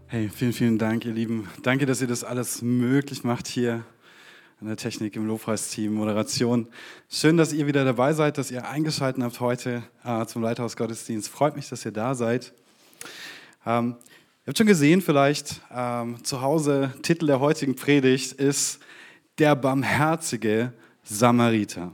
Hey, vielen, vielen Dank, ihr Lieben. Danke, dass ihr das alles möglich macht hier an der Technik, im Lobpreisteam, Moderation. Schön, dass ihr wieder dabei seid, dass ihr eingeschaltet habt heute zum Leithaus-Gottesdienst. Freut mich, dass ihr da seid. Ihr habt schon gesehen vielleicht, zu Hause, Titel der heutigen Predigt ist Der barmherzige Samariter.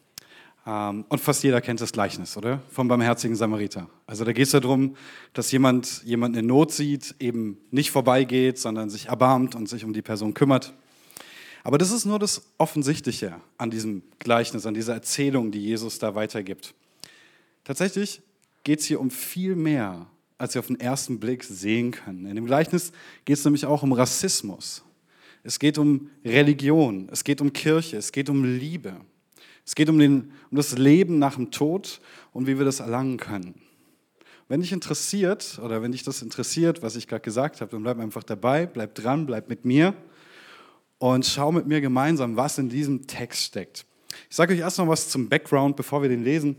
Und fast jeder kennt das Gleichnis, oder? Vom barmherzigen Samariter. Also da geht es darum, dass jemand in Not sieht, eben nicht vorbeigeht, sondern sich erbarmt und sich um die Person kümmert. Aber das ist nur das Offensichtliche an diesem Gleichnis, an dieser Erzählung, die Jesus da weitergibt. Tatsächlich geht es hier um viel mehr, als wir auf den ersten Blick sehen können. In dem Gleichnis geht es nämlich auch um Rassismus. Es geht um Religion, es geht um Kirche, es geht um Liebe. Es geht um das Leben nach dem Tod und wie wir das erlangen können. Wenn dich interessiert oder wenn dich das interessiert, was ich gerade gesagt habe, dann bleib einfach dabei, bleib dran, bleib mit mir und schau mit mir gemeinsam, was in diesem Text steckt. Ich sage euch erst noch was zum Background, bevor wir den lesen.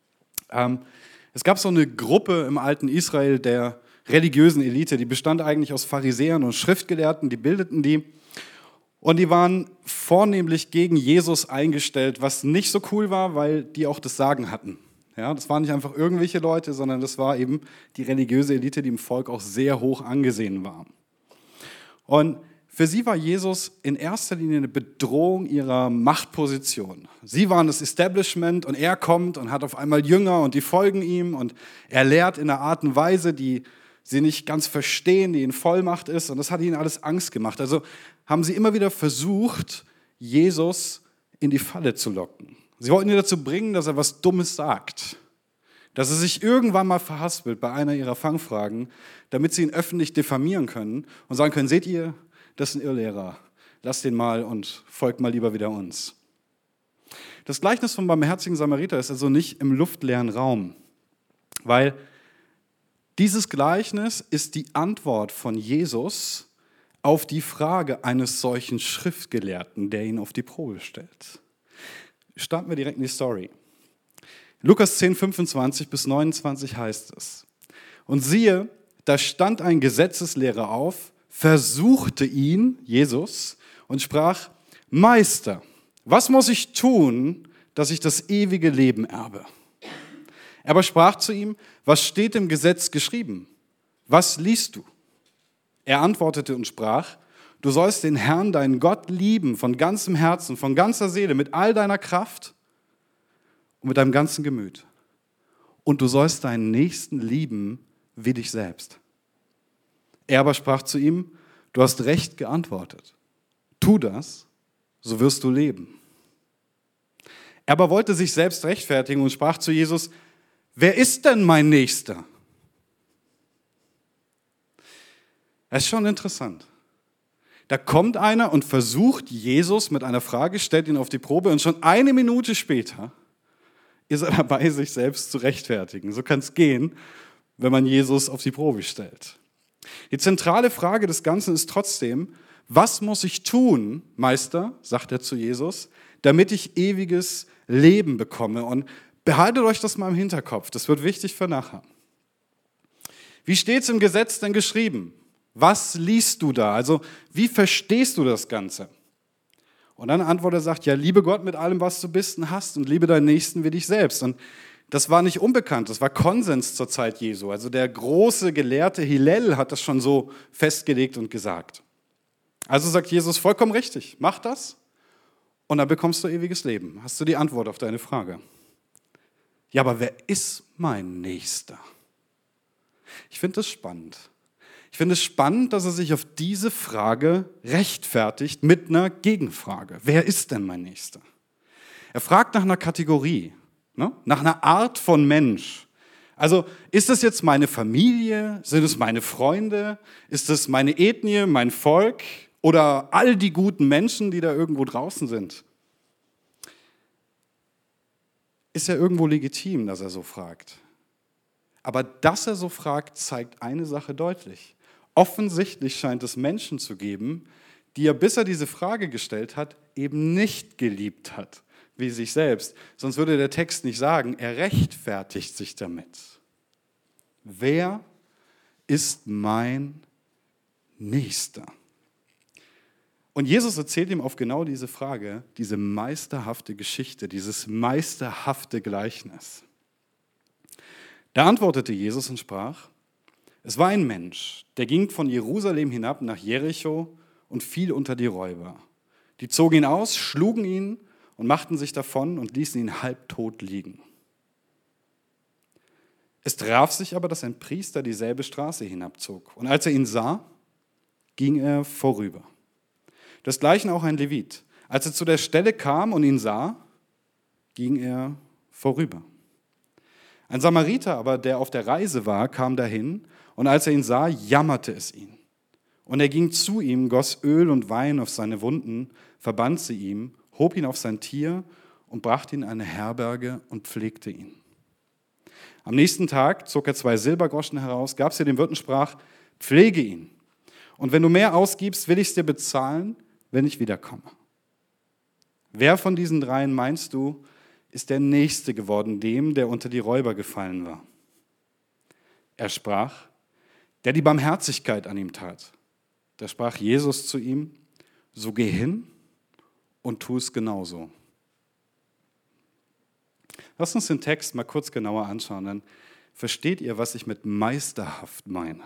Es gab so eine Gruppe im alten Israel der religiösen Elite, die bestand eigentlich aus Pharisäern und Schriftgelehrten, die bildeten die. Und die waren vornehmlich gegen Jesus eingestellt, was nicht so cool war, weil die auch das Sagen hatten. Ja, das waren nicht einfach irgendwelche Leute, sondern das war eben die religiöse Elite, die im Volk auch sehr hoch angesehen war. Und für sie war Jesus in erster Linie eine Bedrohung ihrer Machtposition. Sie waren das Establishment und er kommt und hat auf einmal Jünger und die folgen ihm und er lehrt in einer Art und Weise, die sie nicht ganz verstehen, die in Vollmacht ist und das hat ihnen alles Angst gemacht. Also haben sie immer wieder versucht, Jesus in die Falle zu locken. Sie wollten ihn dazu bringen, dass er was Dummes sagt, dass er sich irgendwann mal verhaspelt bei einer ihrer Fangfragen, damit sie ihn öffentlich diffamieren können und sagen können, seht ihr, das ist ein Irrlehrer, lasst den mal und folgt mal lieber wieder uns. Das Gleichnis vom barmherzigen Samariter ist also nicht im luftleeren Raum, weil dieses Gleichnis ist die Antwort von Jesus auf die Frage eines solchen Schriftgelehrten, der ihn auf die Probe stellt. Starten wir direkt in die Story. Lukas 10, 25 bis 29 heißt es: Und siehe, da stand ein Gesetzeslehrer auf, versuchte ihn, Jesus, und sprach: Meister, was muss ich tun, dass ich das ewige Leben erbe? Er aber sprach zu ihm: Was steht im Gesetz geschrieben? Was liest du? Er antwortete und sprach: Du sollst den Herrn, deinen Gott, lieben von ganzem Herzen, von ganzer Seele, mit all deiner Kraft und mit deinem ganzen Gemüt. Und du sollst deinen Nächsten lieben wie dich selbst. Er aber sprach zu ihm: Du hast recht geantwortet. Tu das, so wirst du leben. Er aber wollte sich selbst rechtfertigen und sprach zu Jesus: Wer ist denn mein Nächster? Das ist schon interessant. Da kommt einer und versucht Jesus mit einer Frage, stellt ihn auf die Probe und schon eine Minute später ist er dabei, sich selbst zu rechtfertigen. So kann es gehen, wenn man Jesus auf die Probe stellt. Die zentrale Frage des Ganzen ist trotzdem: Was muss ich tun, Meister, sagt er zu Jesus, damit ich ewiges Leben bekomme? Und behaltet euch das mal im Hinterkopf, das wird wichtig für nachher. Wie steht es im Gesetz denn geschrieben? Was liest du da? Also wie verstehst du das Ganze? Und dann antwortet er, sagt: Ja, liebe Gott mit allem, was du bist und hast und liebe deinen Nächsten wie dich selbst. Und das war nicht unbekannt, das war Konsens zur Zeit Jesu. Also der große Gelehrte Hillel hat das schon so festgelegt und gesagt. Also sagt Jesus, vollkommen richtig, mach das und dann bekommst du ewiges Leben. Hast du die Antwort auf deine Frage? Ja, aber wer ist mein Nächster? Ich finde das spannend. Ich finde es spannend, dass er sich auf diese Frage rechtfertigt mit einer Gegenfrage. Wer ist denn mein Nächster? Er fragt nach einer Kategorie, ne? Nach einer Art von Mensch. Also ist das jetzt meine Familie? Sind es meine Freunde? Ist es meine Ethnie, mein Volk? Oder all die guten Menschen, die da irgendwo draußen sind? Ist ja irgendwo legitim, dass er so fragt. Aber dass er so fragt, zeigt eine Sache deutlich. Offensichtlich scheint es Menschen zu geben, die er, bis er diese Frage gestellt hat, eben nicht geliebt hat, wie sich selbst. Sonst würde der Text nicht sagen, er rechtfertigt sich damit. Wer ist mein Nächster? Und Jesus erzählt ihm auf genau diese Frage, diese meisterhafte Geschichte, dieses meisterhafte Gleichnis. Da antwortete Jesus und sprach: Es war ein Mensch, der ging von Jerusalem hinab nach Jericho und fiel unter die Räuber. Die zogen ihn aus, schlugen ihn und machten sich davon und ließen ihn halbtot liegen. Es traf sich aber, dass ein Priester dieselbe Straße hinabzog. Und als er ihn sah, ging er vorüber. Desgleichen auch ein Levit. Als er zu der Stelle kam und ihn sah, ging er vorüber. Ein Samariter aber, der auf der Reise war, kam dahin, und als er ihn sah, jammerte es ihn. Und er ging zu ihm, goss Öl und Wein auf seine Wunden, verband sie ihm, hob ihn auf sein Tier und brachte ihn in eine Herberge und pflegte ihn. Am nächsten Tag zog er 2 Silbergroschen heraus, gab sie dem Wirt und sprach: Pflege ihn. Und wenn du mehr ausgibst, will ich es dir bezahlen, wenn ich wiederkomme. Wer von diesen 3 meinst du, ist der Nächste geworden, dem, der unter die Räuber gefallen war? Er sprach: Der die Barmherzigkeit an ihm tat. Da sprach Jesus zu ihm: So geh hin und tu es genauso. Lass uns den Text mal kurz genauer anschauen, dann versteht ihr, was ich mit meisterhaft meine.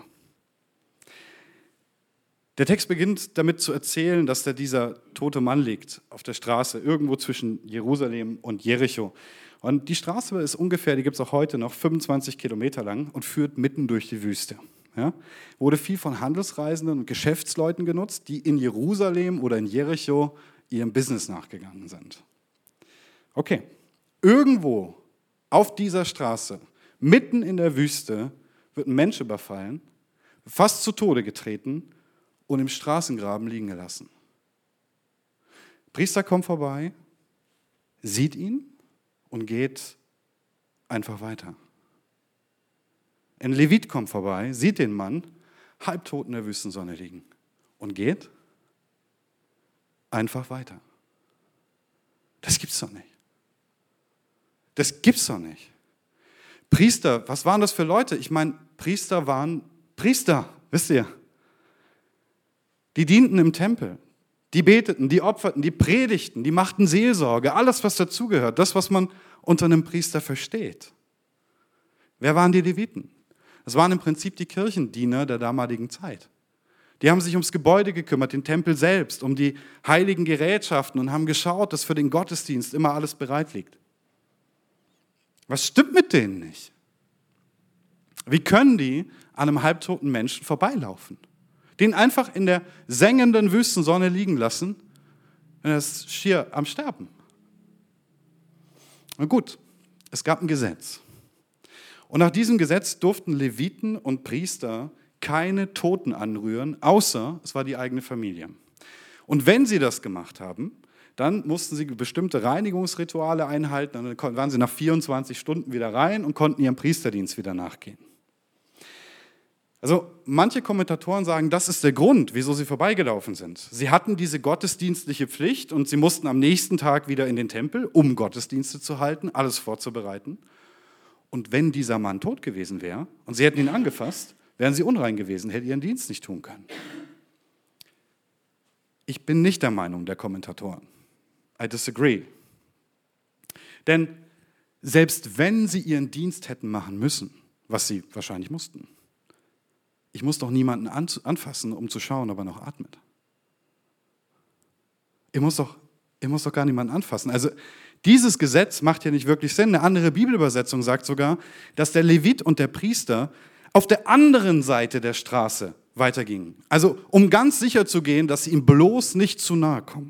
Der Text beginnt damit zu erzählen, dass da dieser tote Mann liegt auf der Straße, irgendwo zwischen Jerusalem und Jericho. Und die Straße ist ungefähr, die gibt es auch heute noch, 25 Kilometer lang und führt mitten durch die Wüste. Ja? Wurde viel von Handelsreisenden und Geschäftsleuten genutzt, die in Jerusalem oder in Jericho ihrem Business nachgegangen sind. Okay, irgendwo auf dieser Straße, mitten in der Wüste, wird ein Mensch überfallen, fast zu Tode getreten und im Straßengraben liegen gelassen. Priester kommt vorbei, sieht ihn und geht einfach weiter. Ein Levit kommt vorbei, sieht den Mann halbtot in der Wüstensonne liegen und geht einfach weiter. Das gibt's doch nicht. Das gibt's doch nicht. Priester, was waren das für Leute? Ich meine, Priester waren Priester, wisst ihr? Die dienten im Tempel, die beteten, die opferten, die predigten, die machten Seelsorge, alles, was dazugehört, das, was man unter einem Priester versteht. Wer waren die Leviten? Das waren im Prinzip die Kirchendiener der damaligen Zeit. Die haben sich ums Gebäude gekümmert, den Tempel selbst, um die heiligen Gerätschaften und haben geschaut, dass für den Gottesdienst immer alles bereit liegt. Was stimmt mit denen nicht? Wie können die an einem halbtoten Menschen vorbeilaufen? Den einfach in der sengenden Wüstensonne liegen lassen, wenn er ist schier am Sterben. Na gut, es gab ein Gesetz. Und nach diesem Gesetz durften Leviten und Priester keine Toten anrühren, außer es war die eigene Familie. Und wenn sie das gemacht haben, dann mussten sie bestimmte Reinigungsrituale einhalten, und dann waren sie nach 24 Stunden wieder rein und konnten ihrem Priesterdienst wieder nachgehen. Also manche Kommentatoren sagen, das ist der Grund, wieso sie vorbeigelaufen sind. Sie hatten diese gottesdienstliche Pflicht und sie mussten am nächsten Tag wieder in den Tempel, um Gottesdienste zu halten, alles vorzubereiten. Und wenn dieser Mann tot gewesen wäre und sie hätten ihn angefasst, wären sie unrein gewesen, hätten ihren Dienst nicht tun können. Ich bin nicht der Meinung der Kommentatoren. I disagree. Denn selbst wenn sie ihren Dienst hätten machen müssen, was sie wahrscheinlich mussten, ich muss doch niemanden anfassen, um zu schauen, ob er noch atmet. Ich muss doch gar niemanden anfassen. Also dieses Gesetz macht ja nicht wirklich Sinn. Eine andere Bibelübersetzung sagt sogar, dass der Levit und der Priester auf der anderen Seite der Straße weitergingen. Also um ganz sicher zu gehen, dass sie ihm bloß nicht zu nahe kommen.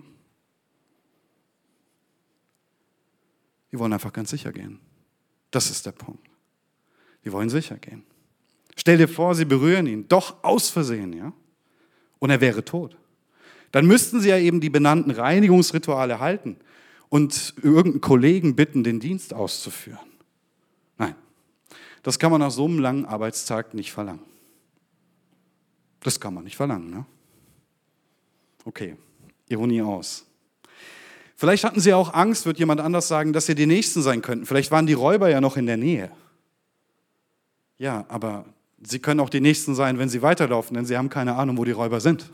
Die wollen einfach ganz sicher gehen. Das ist der Punkt. Die wollen sicher gehen. Stell dir vor, sie berühren ihn, doch aus Versehen, ja? Und er wäre tot. Dann müssten sie ja eben die benannten Reinigungsrituale halten und irgendeinen Kollegen bitten, den Dienst auszuführen. Nein, das kann man nach so einem langen Arbeitstag nicht verlangen. Das kann man nicht verlangen, ne? Okay, Ironie aus. Vielleicht hatten sie auch Angst, wird jemand anders sagen, dass sie die Nächsten sein könnten. Vielleicht waren die Räuber ja noch in der Nähe. Ja, aber Sie können auch die Nächsten sein, wenn sie weiterlaufen, denn sie haben keine Ahnung, wo die Räuber sind.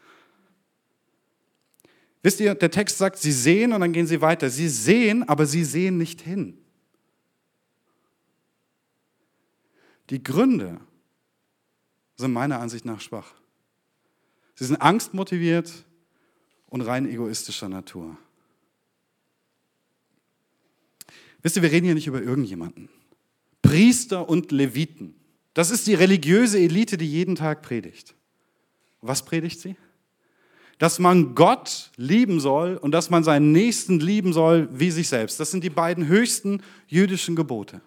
Wisst ihr, der Text sagt, sie sehen und dann gehen sie weiter. Sie sehen, aber sie sehen nicht hin. Die Gründe sind meiner Ansicht nach schwach. Sie sind angstmotiviert und rein egoistischer Natur. Wisst ihr, wir reden hier nicht über irgendjemanden. Priester und Leviten. Das ist die religiöse Elite, die jeden Tag predigt. Was predigt sie? Dass man Gott lieben soll und dass man seinen Nächsten lieben soll wie sich selbst. Das sind die beiden höchsten jüdischen Gebote.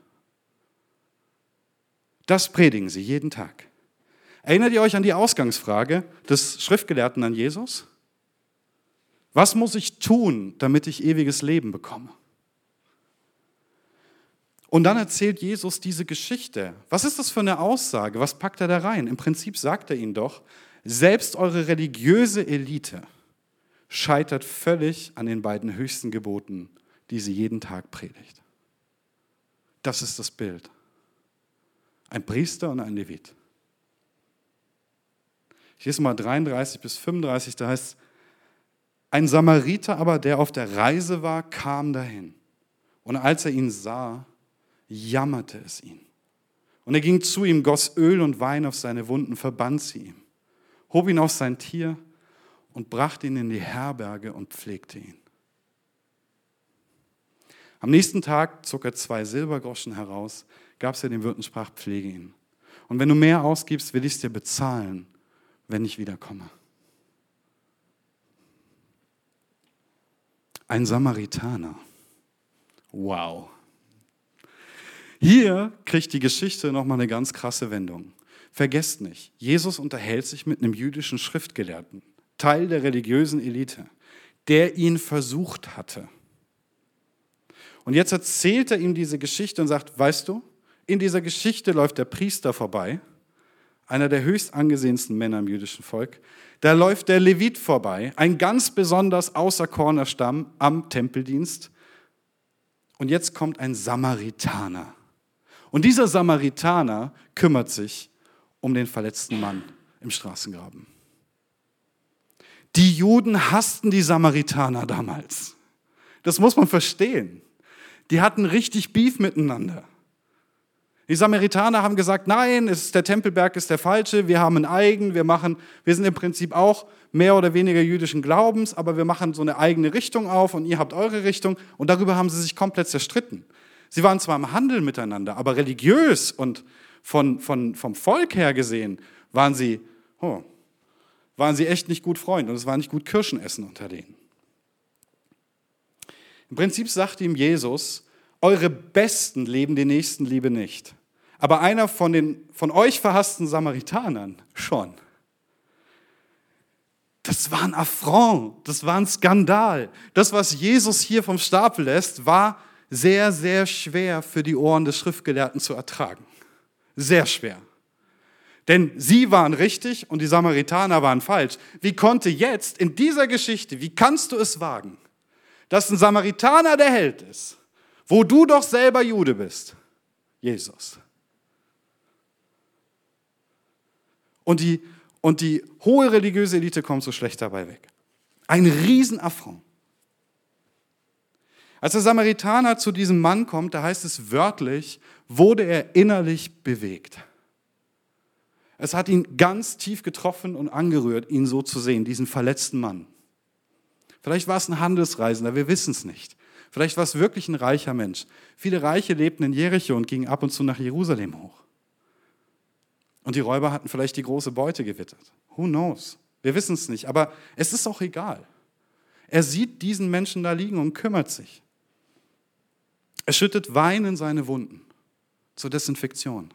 Das predigen sie jeden Tag. Erinnert ihr euch an die Ausgangsfrage des Schriftgelehrten an Jesus? Was muss ich tun, damit ich ewiges Leben bekomme? Und dann erzählt Jesus diese Geschichte. Was ist das für eine Aussage? Was packt er da rein? Im Prinzip sagt er ihnen doch, selbst eure religiöse Elite scheitert völlig an den beiden höchsten Geboten, die sie jeden Tag predigt. Das ist das Bild. Ein Priester und ein Levit. Ich lese mal 33 bis 35, da heißt es, ein Samariter aber, der auf der Reise war, kam dahin. Und als er ihn sah, jammerte es ihn. Und er ging zu ihm, goss Öl und Wein auf seine Wunden, verband sie ihm, hob ihn auf sein Tier und brachte ihn in die Herberge und pflegte ihn. Am nächsten Tag zog er 2 Silbergroschen heraus, gab sie dem Wirt und sprach, pflege ihn. Und wenn du mehr ausgibst, will ich es dir bezahlen, wenn ich wiederkomme. Ein Samaritaner. Wow. Hier kriegt die Geschichte nochmal eine ganz krasse Wendung. Vergesst nicht, Jesus unterhält sich mit einem jüdischen Schriftgelehrten, Teil der religiösen Elite, der ihn versucht hatte. Und jetzt erzählt er ihm diese Geschichte und sagt, weißt du, in dieser Geschichte läuft der Priester vorbei, einer der höchst angesehensten Männer im jüdischen Volk. Da läuft der Levit vorbei, ein ganz besonders außerkorner Stamm am Tempeldienst. Und jetzt kommt ein Samaritaner. Und dieser Samaritaner kümmert sich um den verletzten Mann im Straßengraben. Die Juden hassten die Samaritaner damals. Das muss man verstehen. Die hatten richtig Beef miteinander. Die Samaritaner haben gesagt, nein, der Tempelberg ist der falsche, wir haben einen Eigen, wir sind im Prinzip auch mehr oder weniger jüdischen Glaubens, aber wir machen so eine eigene Richtung auf und ihr habt eure Richtung. Und darüber haben sie sich komplett zerstritten. Sie waren zwar im Handel miteinander, aber religiös und vom Volk her gesehen waren sie echt nicht gut Freunde und es war nicht gut Kirschenessen unter denen. Im Prinzip sagt ihm Jesus, eure Besten leben die Nächstenliebe nicht. Aber einer von euch verhassten Samaritanern schon. Das war ein Affront, das war ein Skandal. Das, was Jesus hier vom Stapel lässt, war sehr, sehr schwer für die Ohren des Schriftgelehrten zu ertragen. Sehr schwer. Denn sie waren richtig und die Samaritaner waren falsch. Wie konnte jetzt in dieser Geschichte, wie kannst du es wagen, dass ein Samaritaner der Held ist, wo du doch selber Jude bist? Jesus. Und die hohe religiöse Elite kommt so schlecht dabei weg. Ein Riesenaffront. Als der Samaritaner zu diesem Mann kommt, da heißt es wörtlich, wurde er innerlich bewegt. Es hat ihn ganz tief getroffen und angerührt, ihn so zu sehen, diesen verletzten Mann. Vielleicht war es ein Handelsreisender, wir wissen es nicht. Vielleicht war es wirklich ein reicher Mensch. Viele Reiche lebten in Jericho und gingen ab und zu nach Jerusalem hoch. Und die Räuber hatten vielleicht die große Beute gewittert. Who knows? Wir wissen es nicht, aber es ist auch egal. Er sieht diesen Menschen da liegen und kümmert sich. Er schüttet Wein in seine Wunden zur Desinfektion.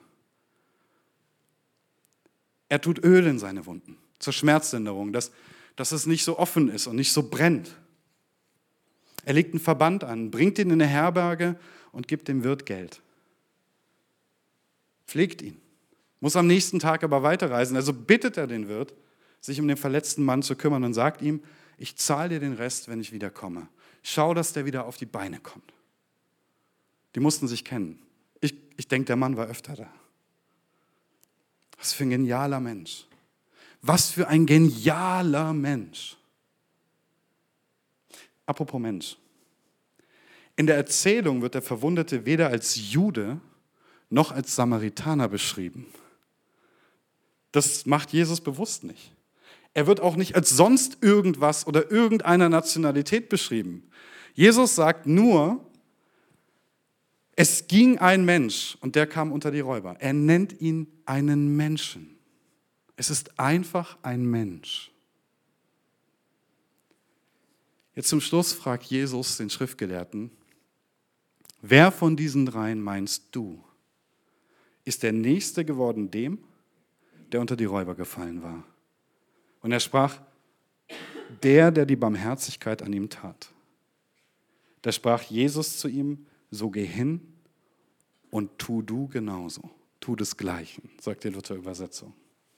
Er tut Öl in seine Wunden zur Schmerzlinderung, dass es nicht so offen ist und nicht so brennt. Er legt einen Verband an, bringt ihn in eine Herberge und gibt dem Wirt Geld. Pflegt ihn. Muss am nächsten Tag aber weiterreisen. Also bittet er den Wirt, sich um den verletzten Mann zu kümmern und sagt ihm, ich zahle dir den Rest, wenn ich wiederkomme. Schau, dass der wieder auf die Beine kommt. Die mussten sich kennen. Ich denke, der Mann war öfter da. Was für ein genialer Mensch. Was für ein genialer Mensch. Apropos Mensch. In der Erzählung wird der Verwundete weder als Jude noch als Samaritaner beschrieben. Das macht Jesus bewusst nicht. Er wird auch nicht als sonst irgendwas oder irgendeiner Nationalität beschrieben. Jesus sagt nur, es ging ein Mensch und der kam unter die Räuber. Er nennt ihn einen Menschen. Es ist einfach ein Mensch. Jetzt zum Schluss fragt Jesus den Schriftgelehrten, wer von diesen dreien meinst du, ist der Nächste geworden dem, der unter die Räuber gefallen war? Und er sprach, der die Barmherzigkeit an ihm tat. Da sprach Jesus zu ihm, so geh hin und tu du genauso. Tu desgleichen, sagt die Luther-Übersetzung.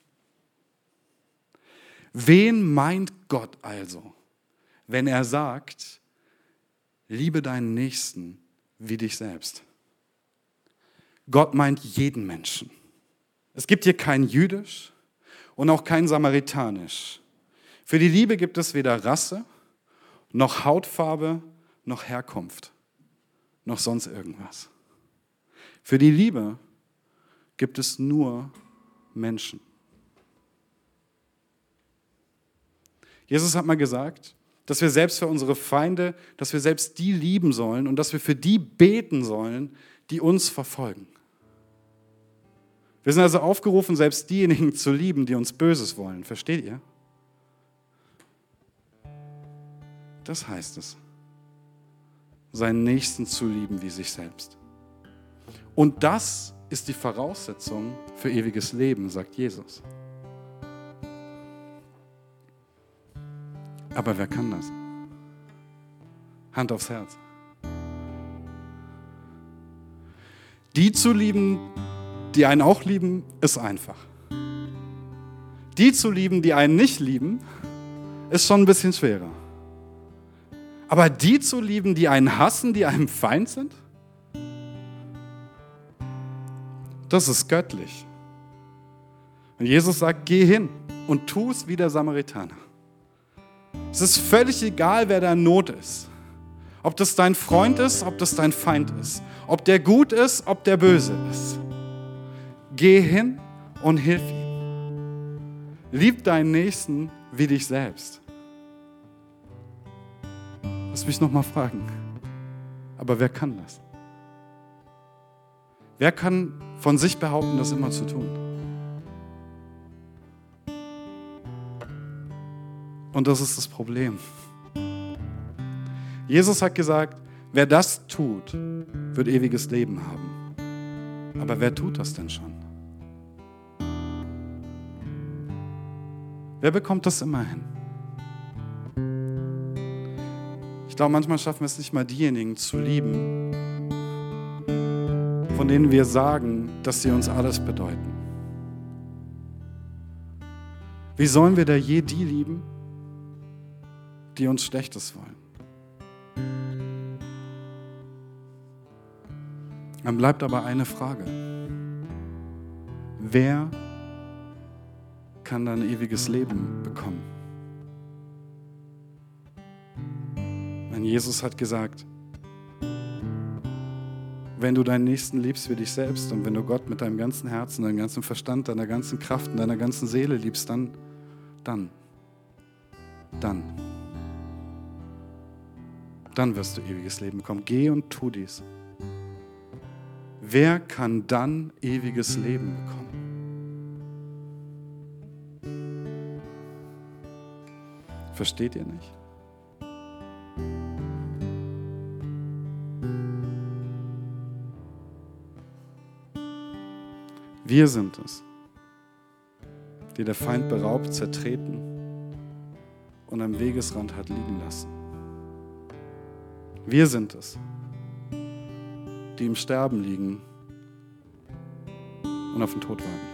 Wen meint Gott also, wenn er sagt, liebe deinen Nächsten wie dich selbst? Gott meint jeden Menschen. Es gibt hier kein Jüdisch und auch kein Samaritanisch. Für die Liebe gibt es weder Rasse, noch Hautfarbe, noch Herkunft, noch sonst irgendwas. Für die Liebe gibt es nur Menschen. Jesus hat mal gesagt, dass wir selbst für unsere Feinde, dass wir selbst die lieben sollen und dass wir für die beten sollen, die uns verfolgen. Wir sind also aufgerufen, selbst diejenigen zu lieben, die uns Böses wollen. Versteht ihr? Das heißt es, seinen Nächsten zu lieben wie sich selbst. Und das ist die Voraussetzung für ewiges Leben, sagt Jesus. Aber wer kann das? Hand aufs Herz. Die zu lieben, die einen auch lieben, ist einfach. Die zu lieben, die einen nicht lieben, ist schon ein bisschen schwerer. Aber die zu lieben, die einen hassen, die einem Feind sind, das ist göttlich. Und Jesus sagt, geh hin und tu es wie der Samaritaner. Es ist völlig egal, wer da in Not ist. Ob das dein Freund ist, ob das dein Feind ist. Ob der gut ist, ob der böse ist. Geh hin und hilf ihm. Lieb deinen Nächsten wie dich selbst. Lass mich nochmal fragen. Aber wer kann das? Wer kann von sich behaupten, das immer zu tun? Und das ist das Problem. Jesus hat gesagt, wer das tut, wird ewiges Leben haben. Aber wer tut das denn schon? Wer bekommt das immer hin? Ich glaube, manchmal schaffen wir es nicht mal, diejenigen zu lieben, von denen wir sagen, dass sie uns alles bedeuten. Wie sollen wir da je die lieben, die uns Schlechtes wollen? Dann bleibt aber eine Frage. Wer kann dann ewiges Leben bekommen? Denn Jesus hat gesagt, wenn du deinen Nächsten liebst wie dich selbst und wenn du Gott mit deinem ganzen Herzen, deinem ganzen Verstand, deiner ganzen Kraft und deiner ganzen Seele liebst, dann wirst du ewiges Leben bekommen. Geh und tu dies. Wer kann dann ewiges Leben bekommen? Versteht ihr nicht? Wir sind es, die der Feind beraubt, zertreten und am Wegesrand hat liegen lassen. Wir sind es, die im Sterben liegen und auf den Tod warten.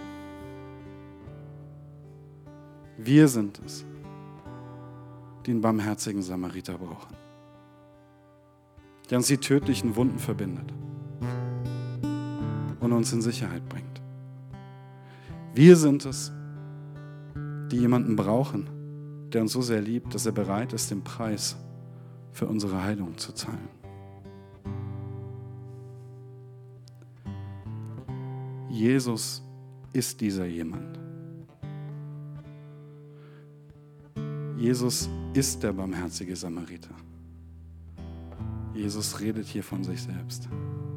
Wir sind es, die einen barmherzigen Samariter brauchen, der uns die tödlichen Wunden verbindet und uns in Sicherheit bringt. Wir sind es, die jemanden brauchen, der uns so sehr liebt, dass er bereit ist, den Preis für unsere Heilung zu zahlen. Jesus ist dieser jemand. Jesus ist der barmherzige Samariter. Jesus redet hier von sich selbst.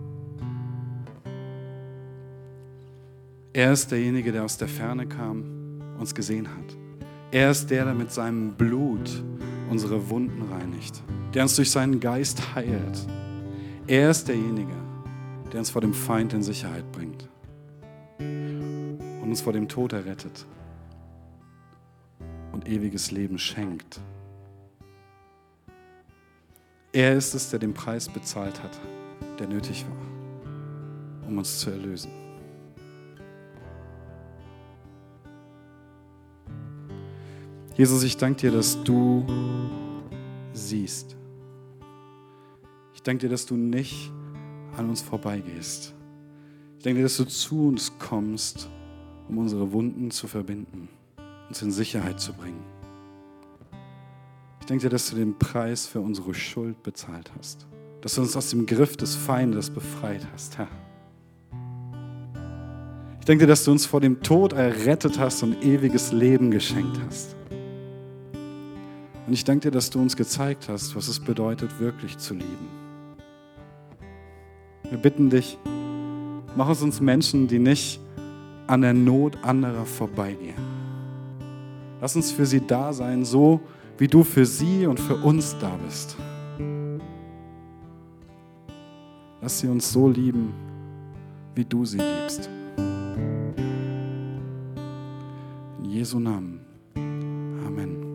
Er ist derjenige, der aus der Ferne kam, uns gesehen hat. Er ist der mit seinem Blut unsere Wunden reinigt, der uns durch seinen Geist heilt. Er ist derjenige, der uns vor dem Feind in Sicherheit bringt und uns vor dem Tod errettet und ewiges Leben schenkt. Er ist es, der den Preis bezahlt hat, der nötig war, um uns zu erlösen. Jesus, ich danke dir, dass du siehst. Ich danke dir, dass du nicht an uns vorbeigehst. Ich danke dir, dass du zu uns kommst, um unsere Wunden zu verbinden, uns in Sicherheit zu bringen. Ich danke dir, dass du den Preis für unsere Schuld bezahlt hast, dass du uns aus dem Griff des Feindes befreit hast, Herr. Ich danke dir, dass du uns vor dem Tod errettet hast und ewiges Leben geschenkt hast. Und ich danke dir, dass du uns gezeigt hast, was es bedeutet, wirklich zu lieben. Wir bitten dich, mach aus uns Menschen, die nicht an der Not anderer vorbeigehen. Lass uns für sie da sein, so wie du für sie und für uns da bist. Lass sie uns so lieben, wie du sie liebst. In Jesu Namen. Amen.